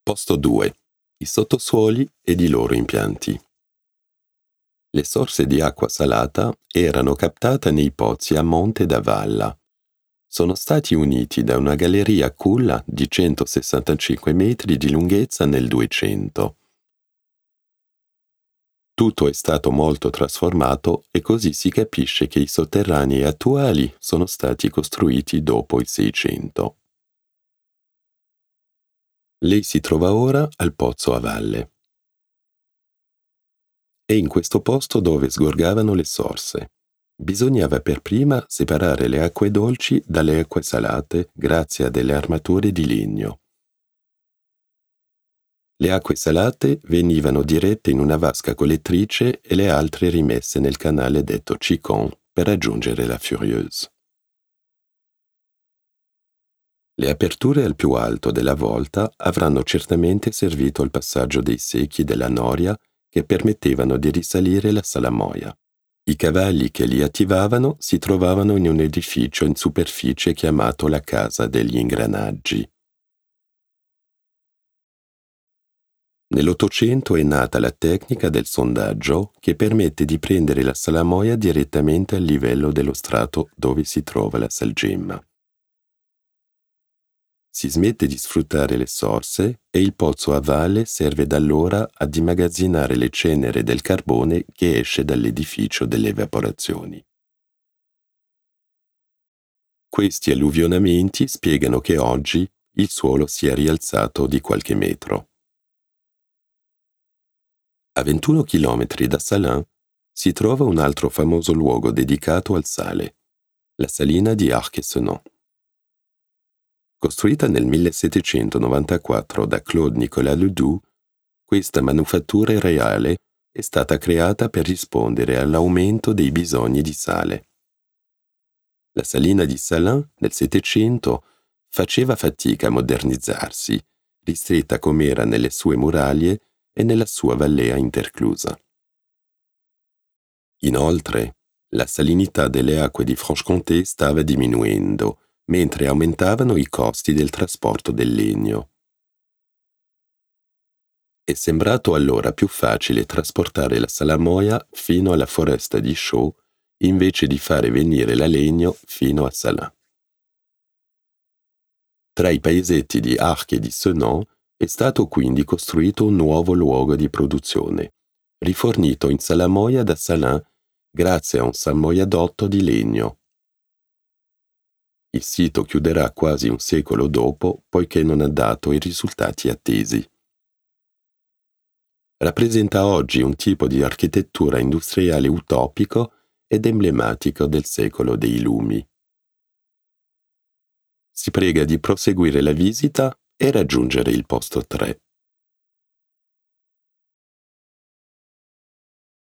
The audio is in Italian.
Posto 2. I sottosuoli ed i loro impianti. Le sorse di acqua salata erano captate nei pozzi a monte d'Avalla. Sono stati uniti da una galleria a culla di 165 metri di lunghezza nel 200. Tutto è stato molto trasformato e così si capisce che i sotterranei attuali sono stati costruiti dopo il 600. Lei si trova ora al pozzo a valle. È in questo posto dove sgorgavano le sorse. Bisognava per prima separare le acque dolci dalle acque salate grazie a delle armature di legno. Le acque salate venivano dirette in una vasca collettrice e le altre rimesse nel canale detto Chicon per raggiungere la Furieuse. Le aperture al più alto della volta avranno certamente servito al passaggio dei secchi della noria che permettevano di risalire la salamoia. I cavalli che li attivavano si trovavano in un edificio in superficie chiamato la Casa degli Ingranaggi. Nell'Ottocento è nata la tecnica del sondaggio che permette di prendere la salamoia direttamente al livello dello strato dove si trova la salgemma. Si smette di sfruttare le sorse e il pozzo a valle serve da allora ad immagazzinare le ceneri del carbone che esce dall'edificio delle evaporazioni. Questi alluvionamenti spiegano che oggi il suolo sia rialzato di qualche metro. A 21 chilometri da Salins si trova un altro famoso luogo dedicato al sale, la salina di Arc-et-Senans. Costruita nel 1794 da Claude Nicolas Ledoux, questa manufattura reale è stata creata per rispondere all'aumento dei bisogni di sale. La salina di Salins nel Settecento faceva fatica a modernizzarsi, ristretta com'era nelle sue muraglie e nella sua vallea interclusa. Inoltre, la salinità delle acque di Franche-Comté stava diminuendo, mentre aumentavano i costi del trasporto del legno. È sembrato allora più facile trasportare la salamoia fino alla foresta di Chaux invece di fare venire la legno fino a Salins. Tra i paesetti di Arc e di Senans è stato quindi costruito un nuovo luogo di produzione, rifornito in salamoia da Salins grazie a un salmoiadotto di legno. Il sito chiuderà quasi un secolo dopo poiché non ha dato i risultati attesi. Rappresenta oggi un tipo di architettura industriale utopico ed emblematico del secolo dei lumi. Si prega di proseguire la visita e raggiungere il posto 3.